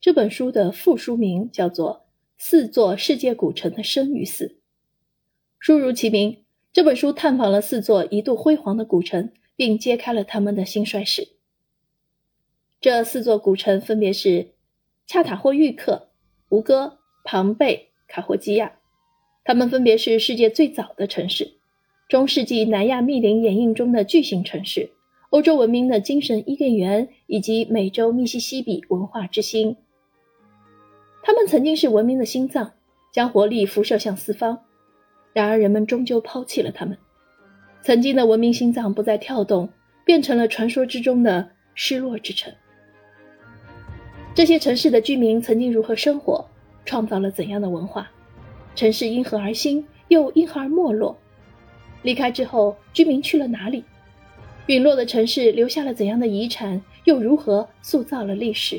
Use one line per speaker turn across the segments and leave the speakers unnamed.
这本书的副书名叫做《4座世界古城的生与死》。书如其名，这本书探访了4座一度辉煌的古城，并揭开了他们的兴衰史。这4座古城分别是恰塔霍玉克、吴哥、庞贝、卡霍基亚。它们分别是世界最早的城市，中世纪南亚密林掩映中的巨型城市，欧洲文明的精神伊甸园，以及美洲密西西比文化之星。它们曾经是文明的心脏，将活力辐射向四方。然而人们终究抛弃了它们，曾经的文明心脏不再跳动，变成了传说之中的失落之城。这些城市的居民曾经如何生活，创造了怎样的文化？城市因何而兴，又因何而没落？离开之后，居民去了哪里？陨落的城市留下了怎样的遗产，又如何塑造了历史？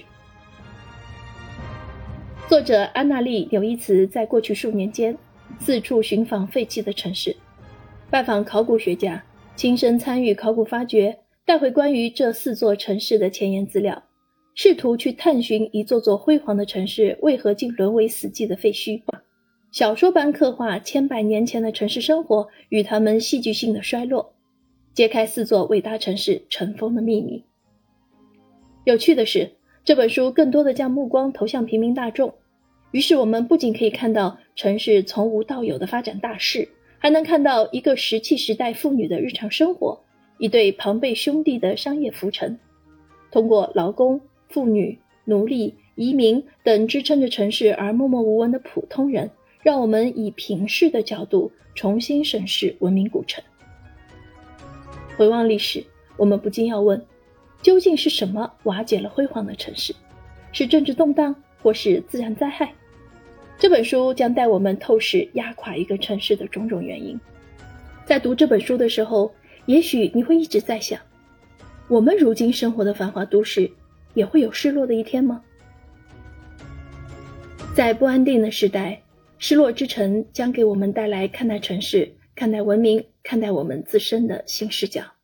作者安娜丽·纽伊茨在过去数年间四处寻访废弃的城市，拜访考古学家，亲身参与考古发掘，带回关于这4座城市的前沿资料，试图去探寻一座座辉煌的城市为何竟沦为死寂的废墟。小说般刻画千百年前的城市生活与他们戏剧性的衰落，揭开4座伟大城市尘封的秘密。有趣的是，这本书更多地将目光投向平民大众，于是我们不仅可以看到城市从无到有的发展大势，还能看到一个石器时代妇女的日常生活，一对庞贝兄弟的商业浮沉。通过劳工、妇女、奴隶、移民等支撑着城市而默默无闻的普通人，让我们以平视的角度重新审视文明古城。回望历史，我们不禁要问，究竟是什么瓦解了辉煌的城市？是政治动荡，或是自然灾害？这本书将带我们透视压垮一个城市的种种原因。在读这本书的时候，也许你会一直在想，我们如今生活的繁华都市也会有失落的一天吗？在不安定的时代，失落之城将给我们带来看待城市、看待文明、看待我们自身的新视角。